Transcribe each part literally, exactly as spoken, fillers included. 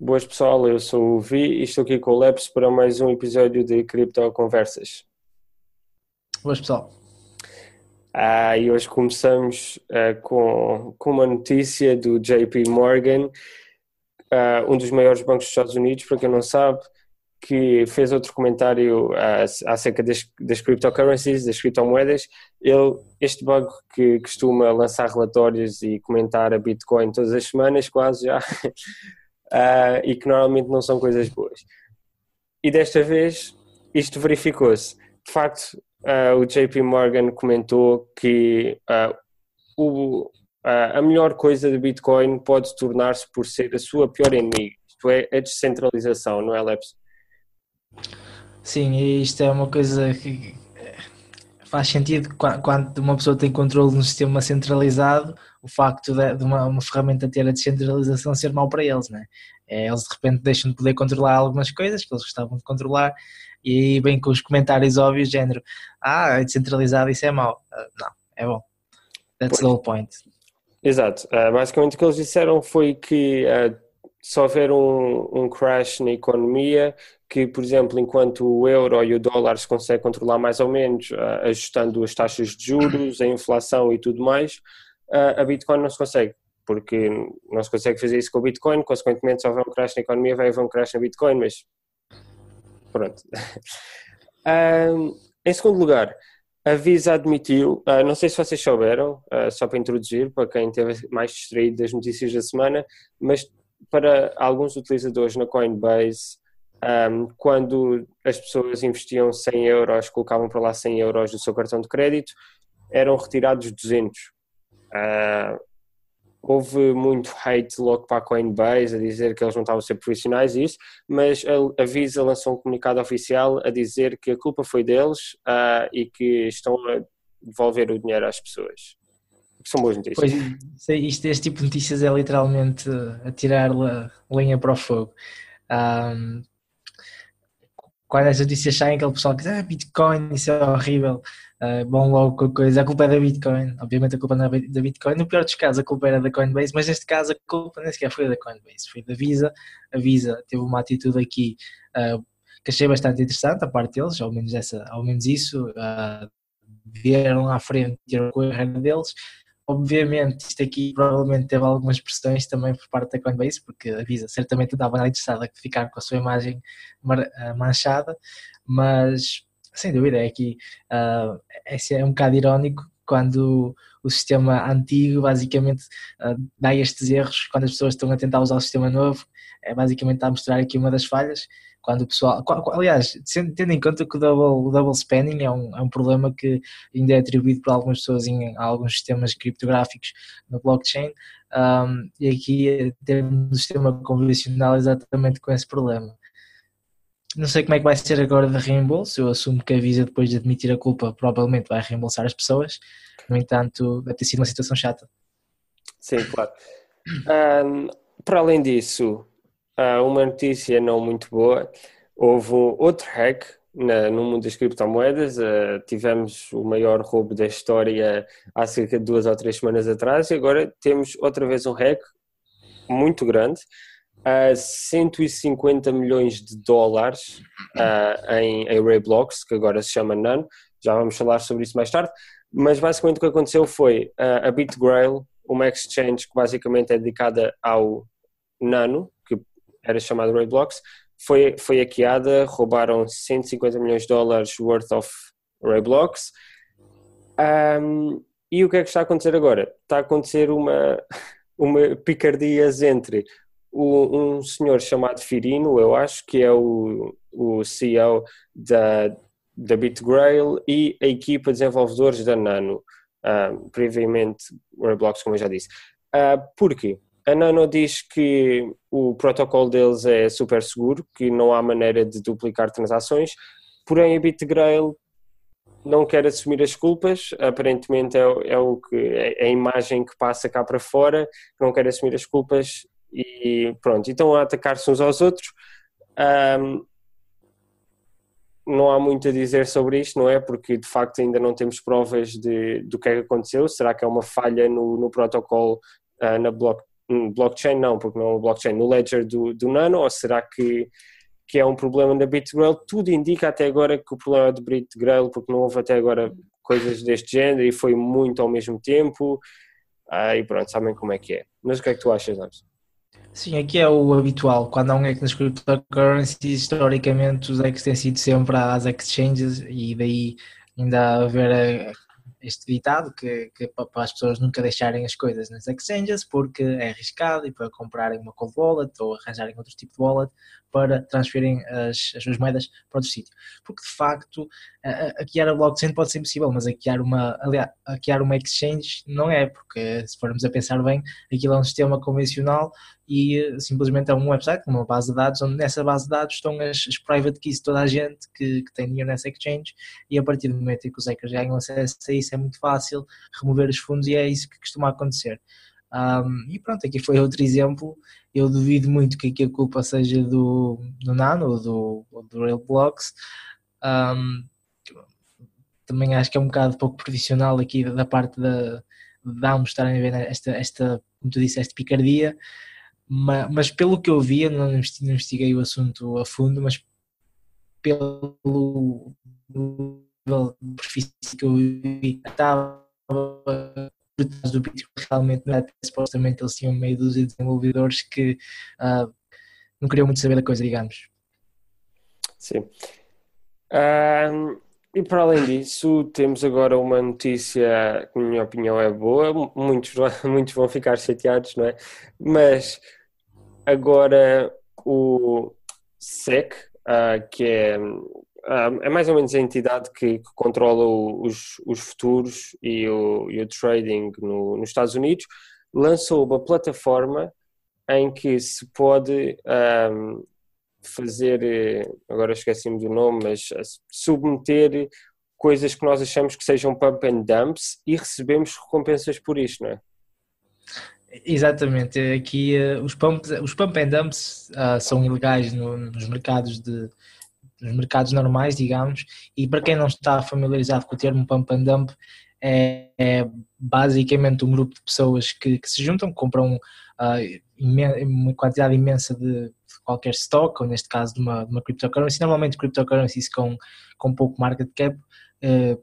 Boas pessoal, eu sou o Vi e estou aqui com o Leps para mais um episódio de Cripto Conversas. Boas pessoal. Ah, e hoje começamos ah, com, com uma notícia do J P Morgan, ah, um dos maiores bancos dos Estados Unidos, para quem não sabe, que fez outro comentário ah, acerca das, das cryptocurrencies, das criptomoedas. Ele, este banco que costuma lançar relatórios e comentar a Bitcoin todas as semanas, quase já, ah, e que normalmente não são coisas boas. E desta vez isto verificou-se. De facto, uh, o J P Morgan comentou que uh, o, uh, a melhor coisa de Bitcoin pode tornar-se por ser a sua pior inimiga. Isto é a descentralização, não é, Leps? Sim, e isto é uma coisa que faz sentido quando uma pessoa tem controle no sistema centralizado, o facto de uma, uma ferramenta ter a descentralização ser mau para eles, não é? Eles de repente deixam de poder controlar algumas coisas que eles gostavam de controlar e aí vem com os comentários óbvios, género, ah, é descentralizado, isso é mau. Uh, não, é bom. That's Pois. the whole point. Exato. Uh, basicamente o que eles disseram foi que uh, se houver um, um crash na economia, que, por exemplo, enquanto o euro e o dólar se consegue controlar mais ou menos, uh, ajustando as taxas de juros, a inflação e tudo mais, uh, a Bitcoin não se consegue, porque não se consegue fazer isso com o Bitcoin, consequentemente se houver um crash na economia vai haver um crash na Bitcoin, mas pronto. um, em segundo lugar, a Visa admitiu, uh, não sei se vocês souberam, uh, só para introduzir, para quem esteve mais distraído das notícias da semana, mas para alguns utilizadores na Coinbase, um, quando as pessoas investiam cem euros, colocavam para lá cem euros do seu cartão de crédito, eram retirados duzentos. Uh, houve muito hate logo para a Coinbase a dizer que eles não estavam a ser profissionais e isso, mas a, a Visa lançou um comunicado oficial a dizer que a culpa foi deles uh, e que estão a devolver o dinheiro às pessoas. São boas notícias. Pois, isto, este tipo de notícias é literalmente a tirar lenha para o fogo. Um, quando as notícias saem, aquele pessoal que diz, ah, Bitcoin, isso é horrível, uh, bom logo com a coisa, a culpa é da Bitcoin. Obviamente a culpa não é da Bitcoin, no pior dos casos a culpa era da Coinbase, mas neste caso a culpa nem sequer foi da Coinbase, foi da Visa. A Visa teve uma atitude aqui uh, que achei bastante interessante, a parte deles, ao menos, essa, ao menos isso, uh, vieram à frente e tiram com a carreira deles. Obviamente, isto aqui provavelmente teve algumas pressões também por parte da Coinbase, porque a Visa certamente estava interessada em ficar com a sua imagem manchada, mas sem dúvida é que uh, esse é um bocado irónico quando o sistema antigo basicamente uh, dá estes erros, quando as pessoas estão a tentar usar o sistema novo, é basicamente a mostrar aqui uma das falhas. Quando o pessoal, aliás, tendo em conta que o double, o double spending é um, é um problema que ainda é atribuído por algumas pessoas em alguns sistemas criptográficos no blockchain, um, e aqui temos o sistema convencional exatamente com esse problema. Não sei como é que vai ser agora de reembolso, eu assumo que a Visa, depois de admitir a culpa, provavelmente vai reembolsar as pessoas, no entanto vai ter sido uma situação chata. Sim, claro. Um, para além disso, Uh, uma notícia não muito boa, houve outro hack na, no mundo das criptomoedas, uh, tivemos o maior roubo da história há cerca de duas ou três semanas atrás e agora temos outra vez um hack muito grande, uh, cento e cinquenta milhões de dólares uh, em, em Roblox, que agora se chama Nano, já vamos falar sobre isso mais tarde, mas basicamente o que aconteceu foi uh, a BitGrail, uma exchange que basicamente é dedicada ao Nano, que era chamado Roblox, foi, foi hackeada, roubaram cento e cinquenta milhões de dólares worth of Roblox. Um, e o que é que está a acontecer agora? Está a acontecer uma, uma picardias entre o, um senhor chamado Firino, eu acho, que é o, o C E O da, da BitGrail, e a equipa de desenvolvedores da Nano, um, previamente Roblox, como eu já disse. Uh, porquê? A Nano diz que o protocolo deles é super seguro, que não há maneira de duplicar transações, porém a BitGrail não quer assumir as culpas, aparentemente é, é, o que, é a imagem que passa cá para fora, não quer assumir as culpas e pronto, e estão a atacar-se uns aos outros. Um, não há muito a dizer sobre isto, não é? Porque de facto ainda não temos provas de, do que é que aconteceu. Será que é uma falha no, no protocolo, uh, na block, no blockchain não, porque não é um blockchain, no ledger do, do Nano, ou será que, que é um problema da BitGrail? Tudo indica até agora que o problema é do BitGrail, porque não houve até agora coisas deste género e foi muito ao mesmo tempo, ah, e pronto, sabem como é que é. Mas o que é que tu achas, Lars? Sim, aqui é o habitual. Quando há um hack nas cryptocurrencies, historicamente os hacks têm sido sempre às exchanges e daí ainda haver eh, este ditado que, que pa- para as pessoas nunca deixarem as coisas nas exchanges porque é arriscado e para comprarem uma cold wallet ou arranjarem outro tipo de wallet para transferirem as, as suas moedas para outro sítio. Porque de facto a- a- hackear a blockchain pode ser impossível, mas hackear uma, aliás, hackear uma exchange não é, porque se formos a pensar bem, aquilo é um sistema convencional e eh, simplesmente é um website, uma base de dados, onde nessa base de dados estão as, as private keys de toda a gente que, que tem dinheiro nessa exchange e a partir do momento em que os hackers ganham acesso a isso é muito fácil remover os fundos e é isso que costuma acontecer. Um, e pronto, aqui foi outro exemplo. Eu duvido muito que aqui a culpa seja do, do Nano ou do, ou do Railblocks. Um, também acho que é um bocado pouco profissional aqui da parte da, de ambos estarem a ver esta, esta, como tu disseste, picardia. Mas, mas pelo que eu vi, eu não investiguei o assunto a fundo, mas pelo nível de perfil que eu vi, estava por trás do Bitcoin, realmente não era, supostamente eles tinham meio dúzia de desenvolvedores que uh, não queriam muito saber da coisa, digamos. Sim. Um, e para além disso, temos agora uma notícia que, na minha opinião, é boa. Muitos, muitos vão ficar chateados, não é? Mas agora o S E C, uh, que é, uh, é mais ou menos a entidade que, que controla o, os, os futuros e o, e o trading no, nos Estados Unidos, lançou uma plataforma em que se pode um, fazer, agora esqueci-me do nome, mas submeter coisas que nós achamos que sejam pump and dumps e recebemos recompensas por isto, não é? Exatamente, aqui uh, os, pump, os pump and dumps uh, são ilegais no, nos mercados de nos mercados normais, digamos, e para quem não está familiarizado com o termo pump and dump, é, é basicamente um grupo de pessoas que, que se juntam, compram uh, imen- uma quantidade imensa de qualquer stock, ou neste caso de uma, de uma cryptocurrency, normalmente cryptocurrencies com, com pouco market cap, uh,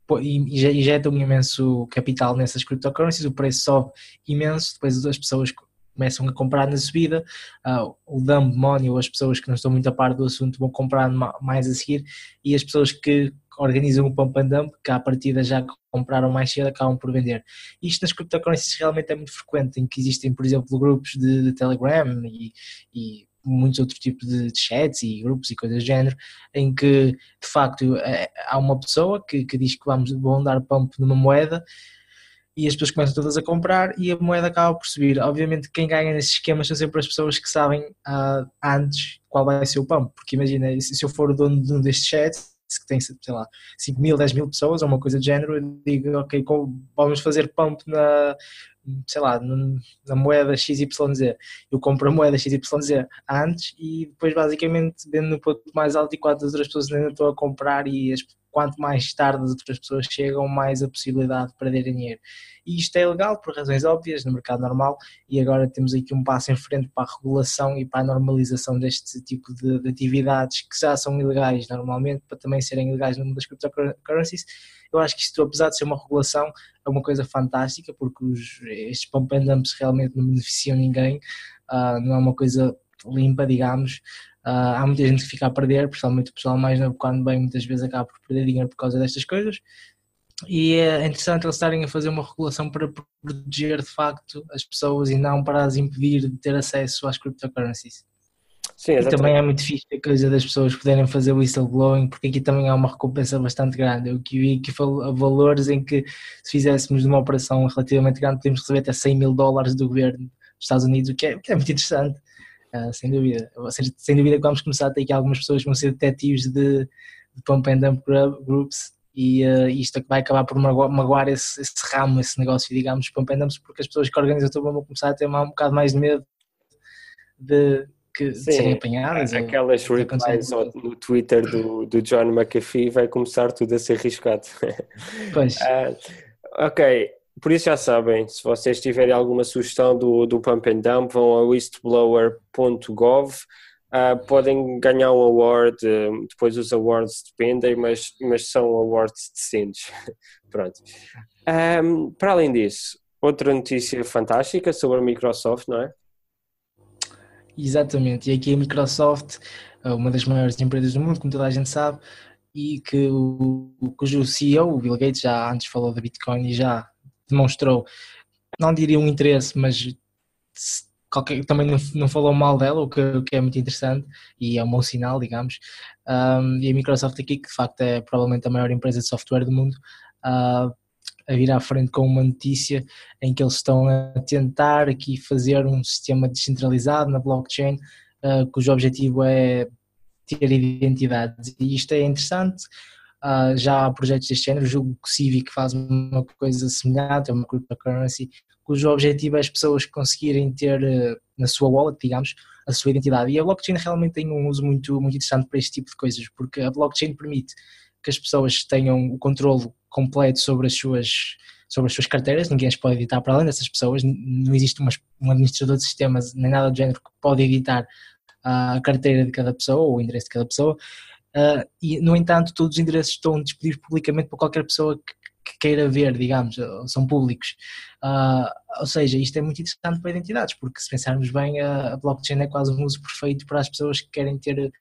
e injetam um imenso capital nessas cryptocurrencies, o preço sobe imenso, depois as pessoas começam a comprar na subida, uh, o dumb money ou as pessoas que não estão muito a par do assunto vão comprar mais a seguir e as pessoas que organizam o pump and dump, que à partida já compraram mais cedo, acabam por vender. Isto nas cryptocurrencies realmente é muito frequente, em que existem, por exemplo, grupos de, de Telegram e, e muitos outros tipos de chats e grupos e coisas do género, em que de facto é, há uma pessoa que, que diz que vamos, vão dar pump numa moeda e as pessoas começam todas a comprar e a moeda acaba por subir. Obviamente quem ganha nesses esquemas são sempre as pessoas que sabem uh, antes qual vai ser o pump, porque imagina, se eu for o dono de um destes chats que tem, sei lá, cinco mil, dez mil pessoas ou uma coisa do género, eu digo, ok, vamos fazer pump na, sei lá, na moeda X Y Z. Eu compro a moeda X Y Z antes e depois basicamente vendo no ponto mais alto e quanto as outras pessoas ainda estão a comprar e as, quanto mais tarde as outras pessoas chegam, mais a possibilidade de perderem dinheiro. E isto é legal por razões óbvias no mercado normal e agora temos aqui um passo em frente para a regulação e para a normalização deste tipo de, de atividades que já são ilegais normalmente, para também serem ilegais no mundo das cryptocurrencies. Eu acho que isto, apesar de ser uma regulação, é uma coisa fantástica, porque os, estes pump and dumps realmente não beneficiam ninguém, uh, não é uma coisa limpa, digamos. Uh, há muita gente que fica a perder, principalmente o pessoal mais novo, quando bem muitas vezes acaba por perder dinheiro por causa destas coisas. E é interessante eles estarem a fazer uma regulação para proteger de facto as pessoas e não para as impedir de ter acesso às cryptocurrencies. Sim, e também é muito fixe a coisa das pessoas poderem fazer whistleblowing, porque aqui também há uma recompensa bastante grande. Eu que vi que falou valores em que se fizéssemos uma operação relativamente grande podemos receber até cem mil dólares do governo dos Estados Unidos, o que é, o que é muito interessante, uh, sem dúvida. Ou seja, sem dúvida que vamos começar a ter aqui algumas pessoas que vão ser detetives de, de pump and dump groups e uh, isto vai acabar por magoar esse, esse ramo, esse negócio, digamos, pump and dumps, porque as pessoas que organizam tudo vão começar a ter um bocado mais de medo de que Sim, serem apanhadas. Aquelas ou, replies no Twitter do, do John McAfee vai começar tudo a ser arriscado. Pois. Uh, ok, por isso já sabem, se vocês tiverem alguma sugestão do, do Pump and Dump, vão a whistleblower ponto gov, uh, podem ganhar um award, uh, depois os awards dependem, mas, mas são awards decentes. Pronto. Um, para além disso, outra notícia fantástica sobre a Microsoft, não é? Exatamente, e aqui a Microsoft, uma das maiores empresas do mundo, como toda a gente sabe, e que o, cujo C E O, o Bill Gates, já antes falou da Bitcoin e já demonstrou, não diria um interesse, mas qualquer, também não, não falou mal dela, o que, o que é muito interessante e é um bom sinal, digamos. Um, e a Microsoft aqui, que de facto é provavelmente a maior empresa de software do mundo, uh, a vir à frente com uma notícia em que eles estão a tentar aqui fazer um sistema descentralizado na blockchain, uh, cujo objetivo é ter identidades, e isto é interessante. Uh, já há projetos deste género, julgo que o Civic faz uma coisa semelhante, é uma cryptocurrency, cujo objetivo é as pessoas conseguirem ter uh, na sua wallet, digamos, a sua identidade, e a blockchain realmente tem um uso muito, muito interessante para este tipo de coisas, porque a blockchain permite que as pessoas tenham o controle completo sobre as suas, sobre as suas carteiras, ninguém as pode editar para além dessas pessoas, não existe uma, um administrador de sistemas nem nada do género que pode editar a carteira de cada pessoa ou o endereço de cada pessoa, uh, e no entanto todos os endereços estão disponíveis publicamente para qualquer pessoa que, que queira ver, digamos, são públicos, uh, ou seja, isto é muito interessante para identidades, porque se pensarmos bem, a, a blockchain é quase um uso perfeito para as pessoas que querem ter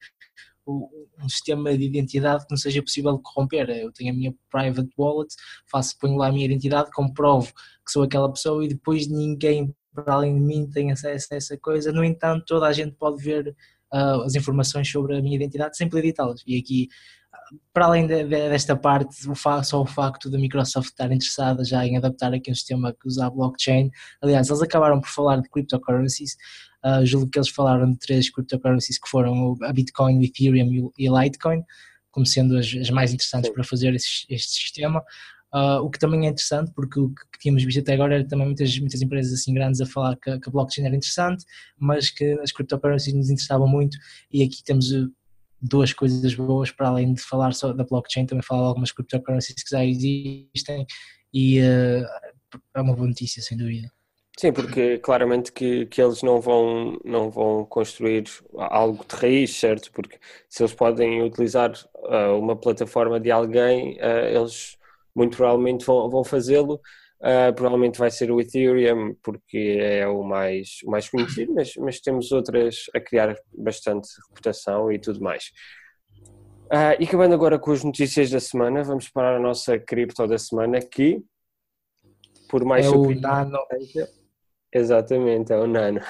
um sistema de identidade que não seja possível de corromper. Eu tenho a minha private wallet, faço, ponho lá a minha identidade, comprovo que sou aquela pessoa e depois ninguém para além de mim tem acesso a essa coisa. No entanto, toda a gente pode ver uh, as informações sobre a minha identidade sem poder editá-las. E aqui, para além de, de, desta parte, o fa- só o facto da Microsoft estar interessada já em adaptar aqui um sistema que usa a blockchain. Aliás, eles acabaram por falar de cryptocurrencies. Uh, julgo que eles falaram de três cryptocurrencies que foram a Bitcoin, o Ethereum e a Litecoin, como sendo as, as mais interessantes Sim. para fazer esse, este sistema. Uh, o que também é interessante, porque o que tínhamos visto até agora era também muitas, muitas empresas assim grandes a falar que, que a blockchain era interessante, mas que as cryptocurrencies nos interessavam muito, e aqui temos duas coisas boas, para além de falar só da blockchain, também falar de algumas cryptocurrencies que já existem, e uh, é uma boa notícia, sem dúvida. Sim, porque claramente que, que eles não vão, não vão construir algo de raiz, certo? Porque se eles podem utilizar uh, uma plataforma de alguém, uh, eles muito provavelmente vão, vão fazê-lo. Uh, provavelmente vai ser o Ethereum, porque é o mais, o mais conhecido, mas, mas temos outras a criar bastante reputação e tudo mais. Uh, e acabando agora com as notícias da semana, vamos para a nossa cripto da semana, que por mais é o Nano. Exatamente, é o Nano.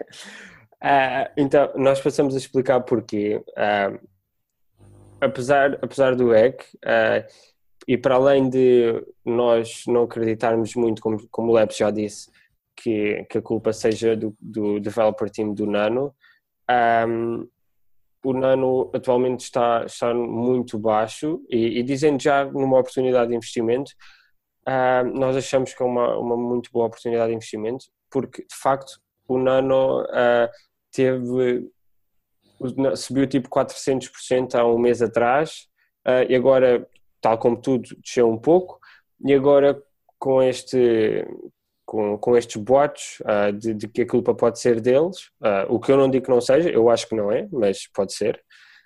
uh, então, nós passamos a explicar porquê. Uh, apesar, apesar do hack, uh, e para além de nós não acreditarmos muito, como, como o Labs já disse, que, que a culpa seja do, do developer team do Nano, um, o Nano atualmente está, está muito baixo, e, e dizendo já numa oportunidade de investimento, uh, nós achamos que é uma, uma muito boa oportunidade de investimento, porque de facto o Nano uh, teve, subiu tipo quatrocentos por cento há um mês atrás, uh, e agora, tal como tudo, desceu um pouco, e agora com, este, com, com estes boatos uh, de, de que a culpa pode ser deles, uh, o que eu não digo que não seja, eu acho que não é, mas pode ser,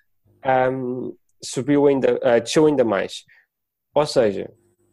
um, subiu ainda, uh, desceu ainda mais, ou seja,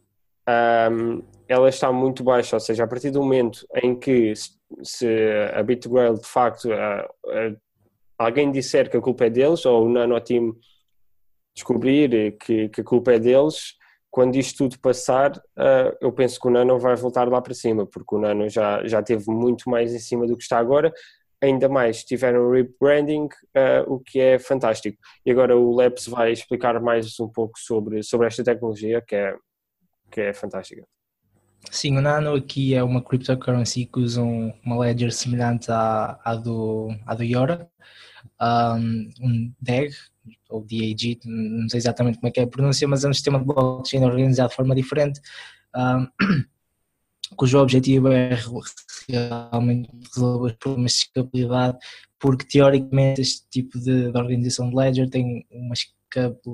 um, ela está muito baixa, ou seja, a partir do momento em que se a BitGrail de facto uh, uh, alguém disser que a culpa é deles, ou o Nano Team descobrir que, que a culpa é deles, quando isto tudo passar, uh, eu penso que o Nano vai voltar lá para cima, porque o Nano já, já teve muito mais em cima do que está agora, ainda mais tiveram rebranding, uh, o que é fantástico. E agora o Labs vai explicar mais um pouco sobre, sobre esta tecnologia, que é, que é fantástica. Sim, o Nano aqui é uma cryptocurrency que usa uma ledger semelhante à, à, do, à do Yora, um, um D E G, ou D A G, não sei exatamente como é que é a pronúncia, mas é um sistema de blockchain organizado de forma diferente, um, cujo objetivo é realmente resolver problemas de escalabilidade, porque teoricamente este tipo de, de organização de ledger tem uma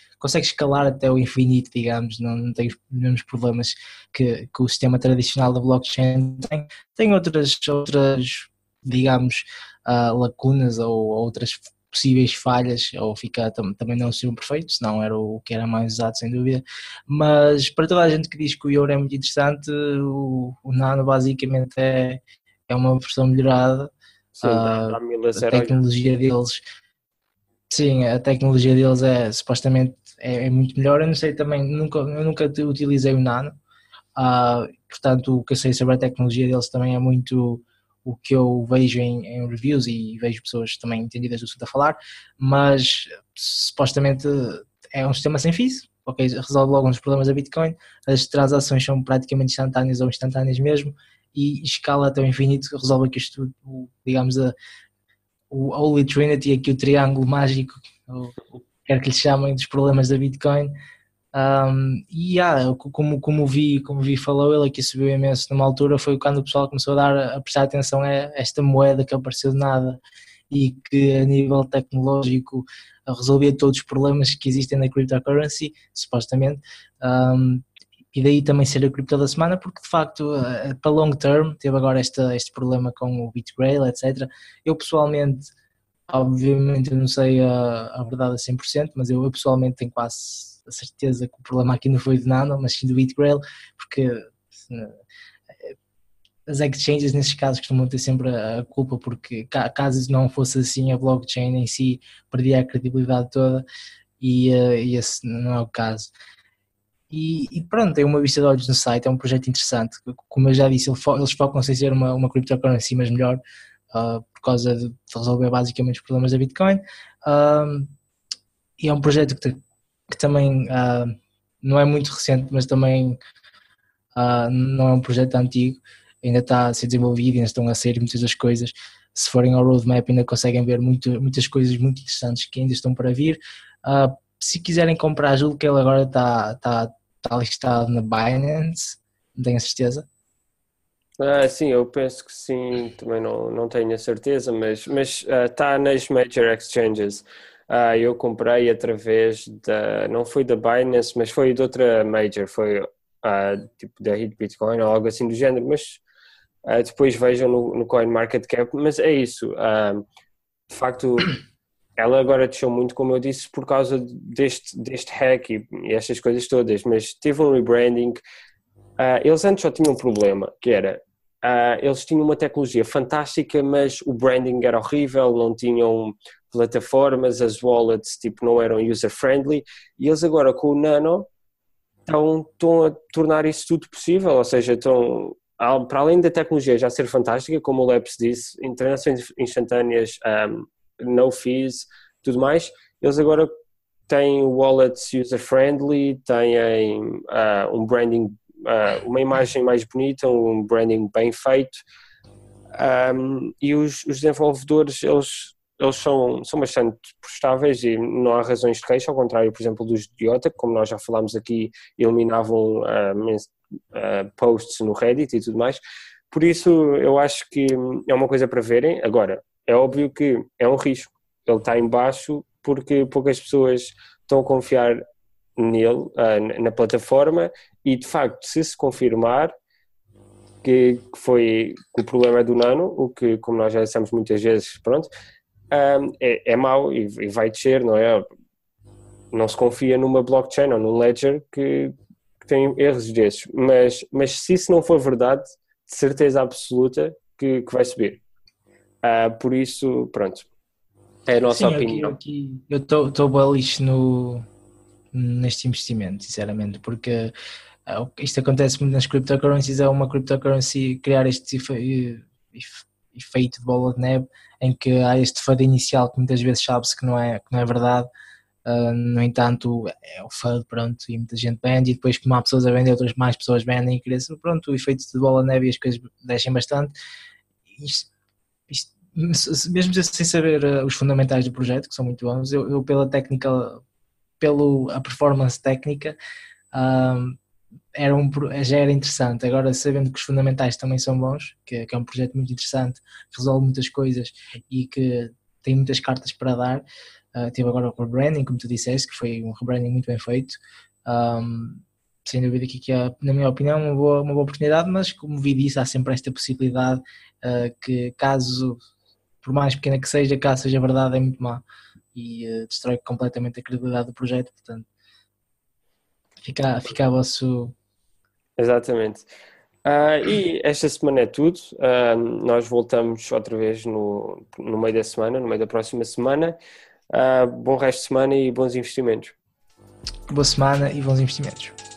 consegue escalar até o infinito, digamos, não, não tem os mesmos problemas que, que o sistema tradicional da blockchain tem. Tem outras, outras digamos, uh, lacunas ou outras possíveis falhas, ou fica também não ser um perfeito, senão era o que era mais usado sem dúvida, mas para toda a gente que diz que o euro é muito interessante, o, o Nano basicamente é, é uma versão melhorada. Sim, dá, dá mil a a zero. tecnologia deles, sim, a tecnologia deles é supostamente é, é muito melhor. Eu não sei também, nunca, eu nunca utilizei o Nano, uh, portanto o que eu sei sobre a tecnologia deles também é muito o que eu vejo em, em reviews e vejo pessoas também entendidas do assunto a falar, mas supostamente é um sistema sem fees, ok, resolve logo uns problemas da Bitcoin, as transações são praticamente instantâneas ou instantâneas mesmo, e escala até o infinito, resolve aqui isto, o, digamos, a, o Holy Trinity, aqui o triângulo mágico, ou o que quer que lhe chamem, dos problemas da Bitcoin. Um, e yeah, como, como vi como vi falou ele aqui, subiu imenso numa altura, foi quando o pessoal começou a dar a prestar atenção a esta moeda que apareceu de nada e que a nível tecnológico resolvia todos os problemas que existem na cryptocurrency, supostamente, um, e daí também ser a cripto da semana, porque de facto para long term teve agora este, este problema com o BitGrail, etcétera. Eu pessoalmente, obviamente eu não sei a, a verdade a cem por cento, mas eu, eu pessoalmente tenho quase a certeza que o problema aqui não foi de Nano, mas sim do BitGrail, porque as exchanges nesses casos costumam ter sempre a culpa, porque caso não fosse assim a blockchain em si perdia a credibilidade toda, e, e esse não é o caso. E, e pronto, tem uma vista de olhos no site, é um projeto interessante, como eu já disse, eles focam-se em ser uma, uma cryptocurrency mas melhor, uh, por causa de resolver basicamente os problemas da Bitcoin, uh, e é um projeto que, que também uh, não é muito recente, mas também uh, não é um projeto antigo, ainda está a ser desenvolvido, ainda estão a sair muitas das coisas. Se forem ao roadmap ainda conseguem ver muito, muitas coisas muito interessantes que ainda estão para vir. Uh, se quiserem comprar, julgo que ele agora está, está, está listado na Binance, não tenho a certeza. Ah, sim, eu penso que sim, também não, não tenho a certeza, mas, mas ah, está nas major exchanges. Ah, eu comprei através da, não foi da Binance, mas foi de outra major, foi ah, tipo da Hit Bitcoin ou algo assim do género, mas ah, depois vejam no, no CoinMarketCap, mas é isso, ah, de facto ela agora desceu muito, como eu disse, por causa deste, deste hack e, e estas coisas todas, mas teve um rebranding. Uh, eles antes só tinham um problema, que era, uh, eles tinham uma tecnologia fantástica, mas o branding era horrível, não tinham plataformas, as wallets tipo, não eram user-friendly, e eles agora com o Nano estão, estão a tornar isso tudo possível, ou seja, estão, para além da tecnologia já ser fantástica, como o Leps disse, transações instantâneas, um, no fees, tudo mais, eles agora têm wallets user-friendly, têm uh, um branding, uh, uma imagem mais bonita, um branding bem feito, um, e os, os desenvolvedores, eles, eles são, são bastante prestáveis e não há razões de queixa, ao contrário, por exemplo, dos Iota, que como nós já falámos aqui, eliminavam uh, uh, posts no Reddit e tudo mais. Por isso, eu acho que é uma coisa para verem. Agora, é óbvio que é um risco. Ele está em baixo porque poucas pessoas estão a confiar nele, uh, na plataforma, e de facto, se se confirmar que, que foi que o problema é do Nano, o que, como nós já dissemos muitas vezes, pronto, um, é, é mau e, e vai descer, não é? Não se confia numa blockchain ou num ledger que, que tem erros desses, mas, mas se isso não for verdade, de certeza absoluta que, que vai subir. Uh, por isso, pronto, é a nossa Sim, opinião. aqui, aqui, eu estou bullish no, neste investimento, sinceramente, porque uh, isto acontece muito nas cryptocurrencies, é uma cryptocurrency criar este efe, efeito de bola de neve, em que há este F U D inicial que muitas vezes sabe-se que não é, que não é verdade, uh, no entanto é o F U D, pronto, e muita gente vende, e depois como há pessoas a vender, outras mais pessoas vendem, e cria-se, pronto, o efeito de bola de neve e as coisas descem bastante. Isto, isto, mesmo sem saber uh, os fundamentais do projeto, que são muito bons, eu, eu pela técnica, pela performance técnica, um, era um, já era interessante. Agora, sabendo que os fundamentais também são bons, que, que é um projeto muito interessante, resolve muitas coisas e que tem muitas cartas para dar, uh, teve agora o rebranding, como tu disseste, que foi um rebranding muito bem feito. Um, sem dúvida que, que é, na minha opinião, uma boa, uma boa oportunidade, mas como vi disse, há sempre esta possibilidade uh, que caso, por mais pequena que seja, caso seja verdade, é muito má e uh, destrói completamente a credibilidade do projeto, portanto fica, fica a vosso... Exatamente. Uh, e esta semana é tudo. Uh, nós voltamos outra vez no, no meio da semana, no meio da próxima semana. Uh, bom resto de semana e bons investimentos. Boa semana e bons investimentos.